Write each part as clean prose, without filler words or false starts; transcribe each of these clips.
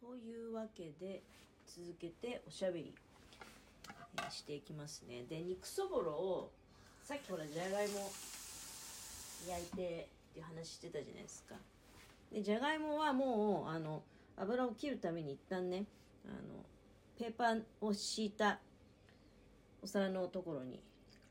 というわけで続けておしゃべりしていきますね。で、肉そぼろをさっきほらじゃがいも焼いてっていう話してたじゃないですか。でじゃがいもはもう油を切るために一旦ねペーパーを敷いたお皿のところに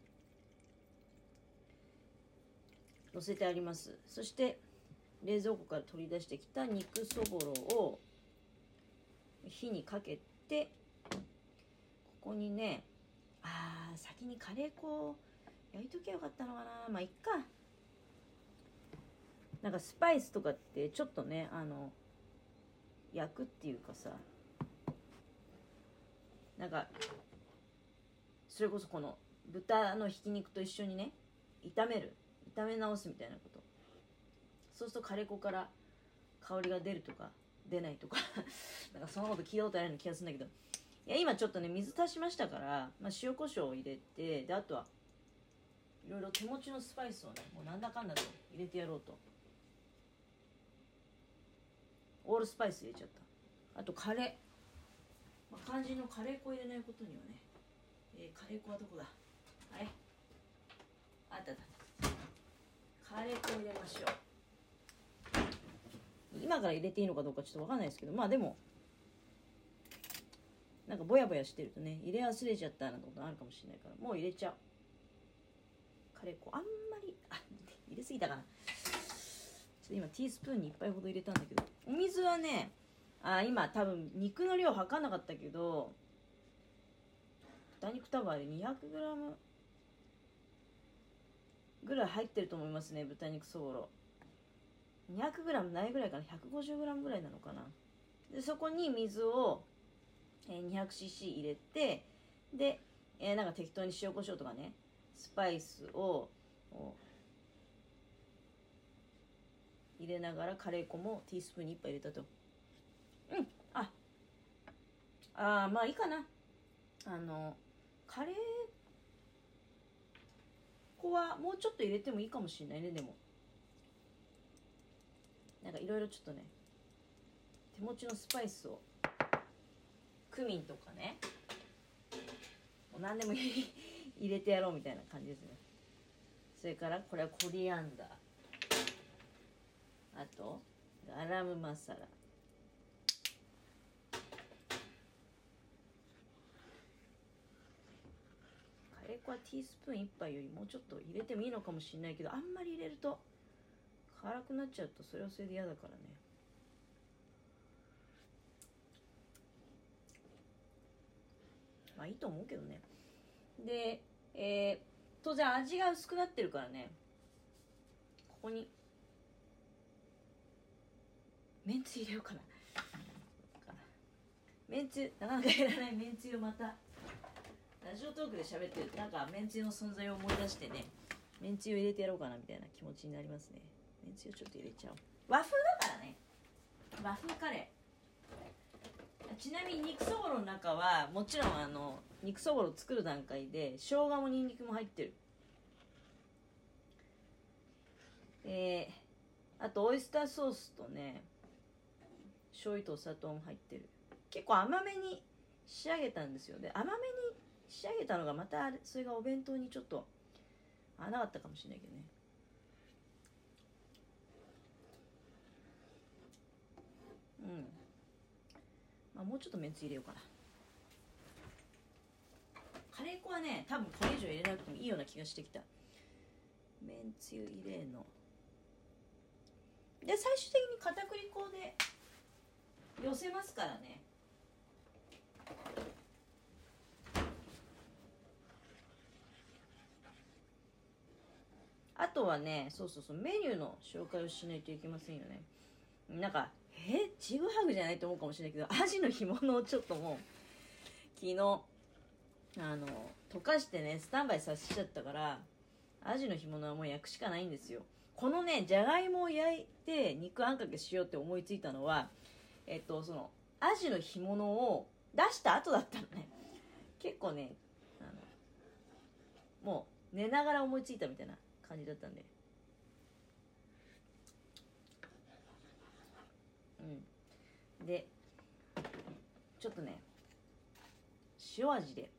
乗せてあります。そして冷蔵庫から取り出してきた肉そぼろを火にかけて、ここにね先にカレー粉を焼いときゃよかったのかな。まあいっか。なんかスパイスとかってちょっとね焼くっていうかさ、なんかそれこそこの豚のひき肉と一緒にね炒め直すみたいなこと。そうするとカレー粉から香りが出るとか出ないとかなんかそのこと聞いたことあるような気がするんだけど、いや今ちょっとね水足しましたから、塩コショウを入れて、であとはいろいろ手持ちのスパイスをねもうなんだかんだと入れてやろうと。オールスパイス入れちゃった。あとカレー、肝心のカレー粉入れないことにはね、カレー粉はどこだ。あれあったカレー粉入れましょう。今から入れていいのかどうかちょっと分かんないですけど、でもなんかぼやぼやしてるとね入れ忘れちゃったなんてことあるかもしれないから、もう入れちゃう。カレー粉あんまり入れすぎたかな。ちょっと今ティースプーンに1杯ほど入れたんだけど、お水はね今多分肉の量測んなかったけど、豚肉多分あれ 200g ぐらい入ってると思いますね。豚肉そぼろ 200g ないぐらいかな。 150g ぐらいなのかな。でそこに水を 200cc 入れて、で、なんか適当に塩コショウとかねスパイスを入れながら、カレー粉もティースプーンに1杯入れたと。まあいいかな。カレー粉はもうちょっと入れてもいいかもしれないね。でもなんかいろいろちょっとね手持ちのスパイスを、クミンとかねもう何でも入れてやろうみたいな感じですね。それからこれはコリアンダー、あとガラムマサラ、カレー粉はティースプーン1杯よりもうちょっと入れてもいいのかもしれないけど、あんまり入れると辛くなっちゃうとそれはそれで嫌だからね。いいと思うけどね。で、当然味が薄くなってるからね、ここにめんつゆ入れようかな。めんつゆなかなかいらないめんつゆをまたラジオトークで喋ってるとなんかめんつゆの存在を思い出してね、めんつゆ入れてやろうかなみたいな気持ちになりますね。めんつゆちょっと入れちゃおう。和風だからね、和風カレー。ちなみに肉そぼろの中はもちろん肉そぼろを作る段階で生姜もニンニクも入ってる。あとオイスターソースとね醤油とお砂糖も入ってる。結構甘めに仕上げたんですよ。で甘めに仕上げたのがまたそれがお弁当にちょっと合わなかったかもしれないけどね。もうちょっとめんつゆ入れようかな。カレー粉はね多分これ以上入れなくてもいいような気がしてきた。めんつゆ入れので最終的に片栗粉で寄せますからね。あとはねそうメニューの紹介をしないといけませんよね。なんかちぐはぐじゃないと思うかもしれないけど、アジの干物をちょっともう昨日溶かしてねスタンバイさせちゃったから、アジの干物はもう焼くしかないんですよ。このねじゃがいもを焼いて肉あんかけしようって思いついたのはそのアジの干物を出した後だったのね。結構ねもう寝ながら思いついたみたいな感じだったんで、でちょっとね塩味で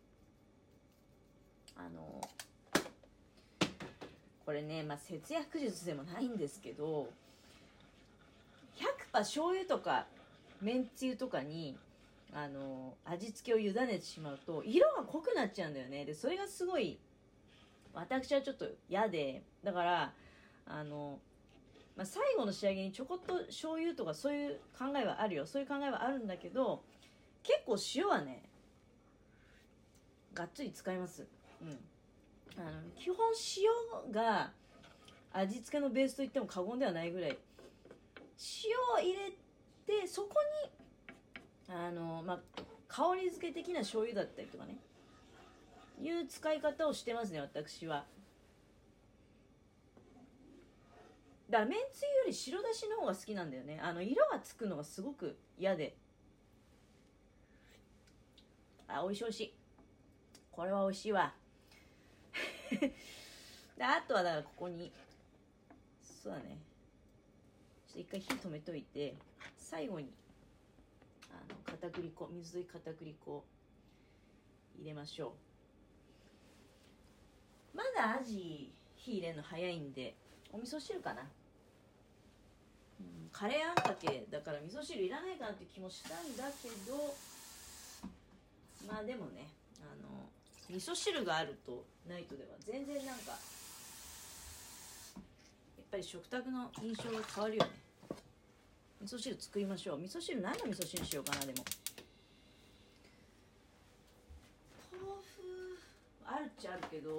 これね、まあ、節約術でもないんですけど、100%醤油とかめんつゆとかに味付けを委ねてしまうと色が濃くなっちゃうんだよね。でそれがすごい私はちょっと嫌で、だからまあ、最後の仕上げにちょこっと醤油とかそういう考えはあるよ。そういう考えはあるんだけど、結構塩はねがっつり使います。基本塩が味付けのベースといっても過言ではないぐらい、塩を入れてそこにまあ、香り付け的な醤油だったりとかね、いう使い方をしてますね、私は。だからめんつゆより白だしの方が好きなんだよね。色がつくのがすごく嫌で。美味しい美味しい。これは美味しいわ。であとはだからここにそうだね、ちょっと一回火止めといて、最後に片栗粉、水溶き片栗粉入れましょう。まだアジ火入れるの早いんでお味噌汁かな。カレーあんかけだから味噌汁いらないかなって気もしたんだけど、まあでもね、味噌汁があるとないとでは全然なんかやっぱり食卓の印象が変わるよね。味噌汁作りましょう。味噌汁何の味噌汁にしようかな。でも豆腐あるっちゃあるけど、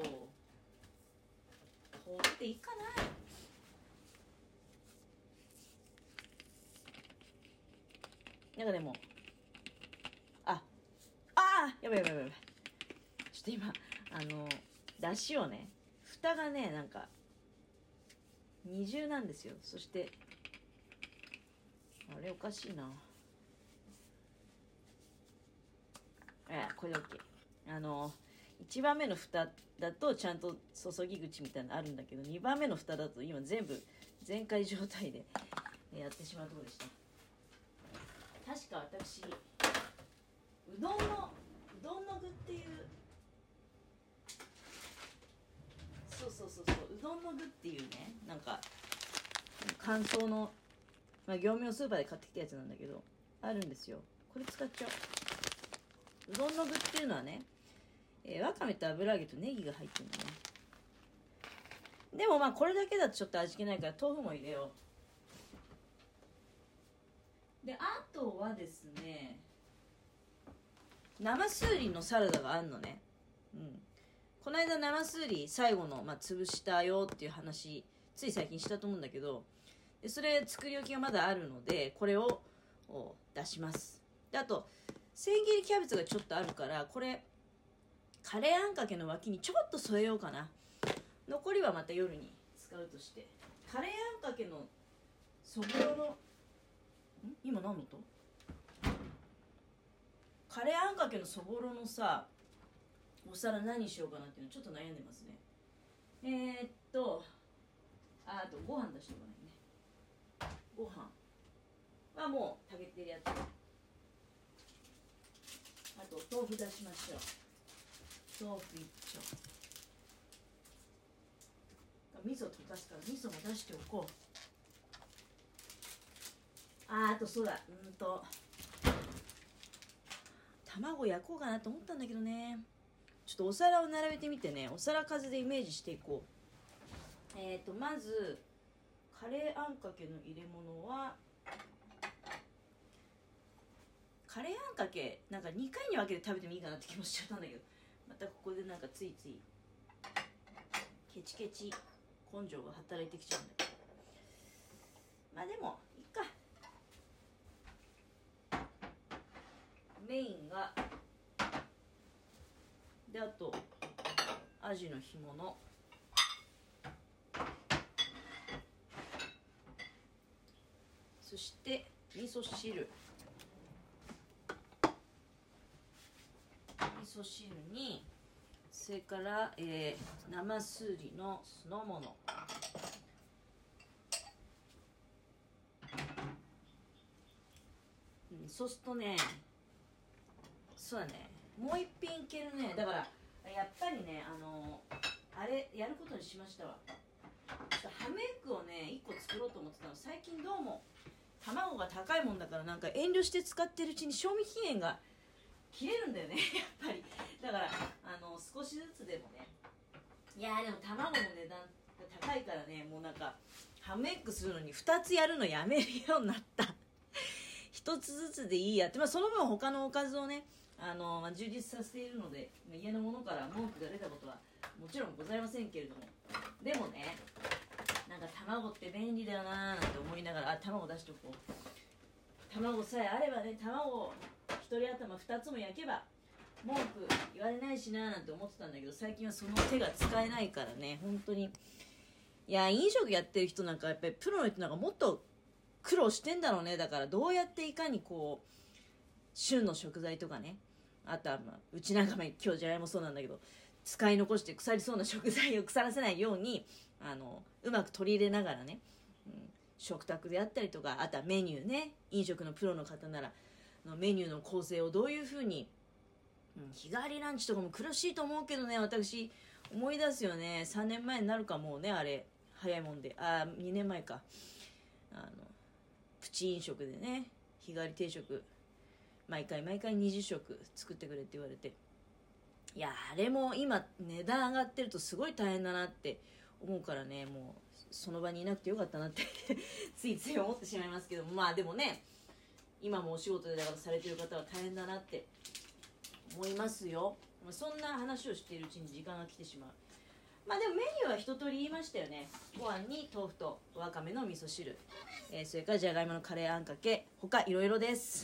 豆腐でいいかな。なんかでもやばいやばいやばい、ちょっと今だしをね、蓋がねなんか二重なんですよ。そしてあれおかしいな。これで OK。1番目の蓋だとちゃんと注ぎ口みたいなのあるんだけど、2番目の蓋だと今全部全開状態でやってしまうところでした。確か私うどんの具っていう、そううどんの具っていうね、なんか乾燥の、まあ、業務用スーパーで買ってきたやつなんだけどあるんですよ。これ使っちゃおう。うどんの具っていうのはね、わかめと油揚げとネギが入ってるんだね。でもまあこれだけだとちょっと味気ないから豆腐も入れよう。であとはですね、生スーリのサラダがあるのね。この間生スーリ最後の、潰したよっていう話つい最近したと思うんだけど、でそれ作り置きがまだあるのでこれを出します。であと千切りキャベツがちょっとあるから、これカレーあんかけの脇にちょっと添えようかな。残りはまた夜に使うとして、カレーあんかけのそぼろの今何の音？カレーあんかけのそぼろのさお皿何にしようかなっていうのちょっと悩んでますね。あとご飯出しておかないね。ご飯はもう炊けてるやつ。あと豆腐出しましょう。豆腐一丁。味噌溶かすから味噌も出しておこう。あとそうだ、卵焼こうかなと思ったんだけどね。ちょっとお皿を並べてみてね、お皿数でイメージしていこう。まずカレーあんかけの入れ物は、カレーあんかけなんか2回に分けて食べてもいいかなって気もしちゃったんだけど、またここでなんかついついケチケチ根性が働いてきちゃうんだけど、まあでもいっか。メインがで、あとアジの干物、そして味噌汁。味噌汁にそれから、生すうりの酢の物、そうするとねそうだね、もう一品いけるね。だからやっぱりね、あれやることにしましたわ。ちょっとハムエッグをね1個作ろうと思ってたの。最近どうも卵が高いもんだから、なんか遠慮して使ってるうちに賞味期限が切れるんだよねやっぱり。だから少しずつでもね。いやでも卵の値段が高いからね、もうなんかハムエッグするのに2つやるのやめるようになった1つずつでいいやって、その分他のおかずをね充実させているので、家のものから文句が出たことはもちろんございませんけれども、でもね、なんか卵って便利だよなーなんて思いながら、卵出しておこう。卵さえあればね、卵を1人頭2つも焼けば文句言われないしなーなんて思ってたんだけど、最近はその手が使えないからね、本当に。いや、飲食やってる人なんかやっぱりプロの人なんかもっと苦労してんだろうね。だからどうやっていかにこう旬の食材とかね、あとはうちなんかも今日じゃがいもそうなんだけど、使い残して腐りそうな食材を腐らせないようにうまく取り入れながらね、食卓であったりとか、あとはメニューね、飲食のプロの方ならメニューの構成をどういうふうに、日替わりランチとかも苦しいと思うけどね、私思い出すよね。3年前になるかもうね、あれ早いもんで、2年前か、プチ飲食でね、日替わり定食毎回20食作ってくれって言われて、いやあれも今値段上がってるとすごい大変だなって思うからね、もうその場にいなくてよかったなってついつい思ってしまいますけども、でもね、今もお仕事でだからされてる方は大変だなって思いますよ。そんな話をしているうちに時間が来てしまう。でもメニューは一通り言いましたよね。ご飯に豆腐とわかめの味噌汁、それからじゃがいものカレーあんかけ、他いろいろです。